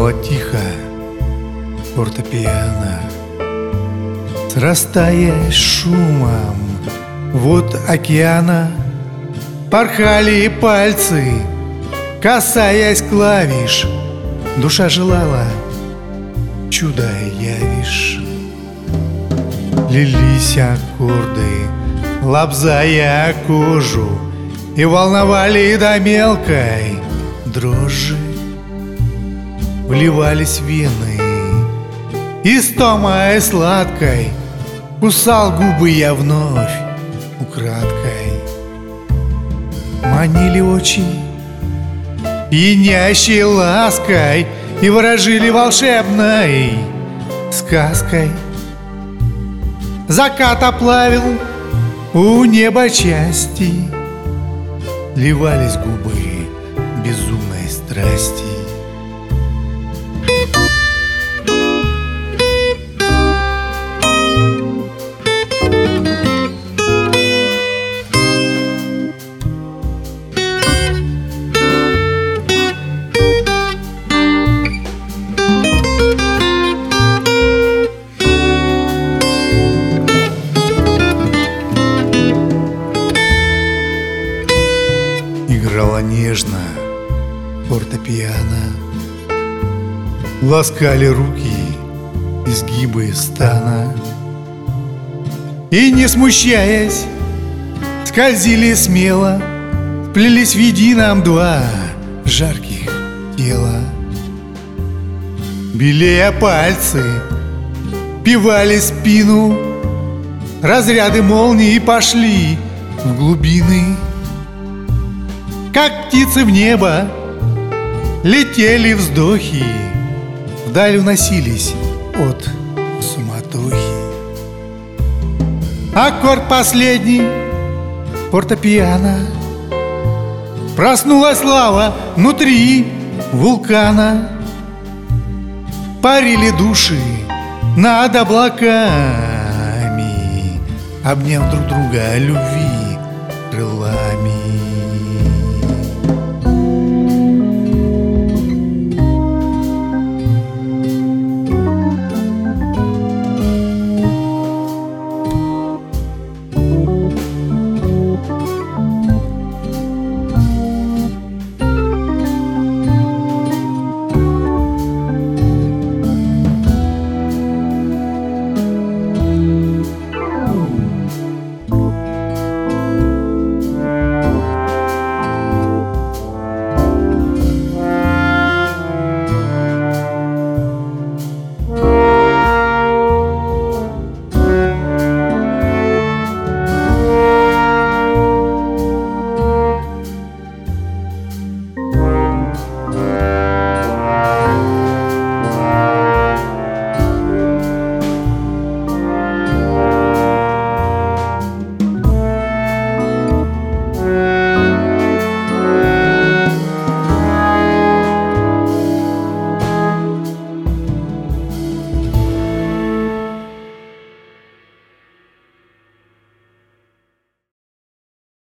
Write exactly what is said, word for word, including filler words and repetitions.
Играла тихо фортепиано, срастаясь шумом вод океана. Порхали пальцы, касаясь клавиш. Душа желала, чудо явишь. Лились аккорды, лобзая кожу, и волновали до мелкой дрожи. Вливались в вены истомой сладкой, кусал губы я вновь украдкой. Манили очи пьянящей лаской и ворожили волшебной сказкой. Закат оплавил у неба части, ливались губы безумной страсти. Играла нежно фортепиано, ласкали руки изгибы стана, и, не смущаясь, скользили смело, сплелись в едином два жарких тела. Белея пальцы пивали спину, разряды молнии пошли в глубины. Как птицы в небо летели вздохи, вдаль уносились от суматохи. Аккорд последний фортепиано, проснулась лава внутри вулкана. Парили души над облаками, обняв друг друга любви крылами.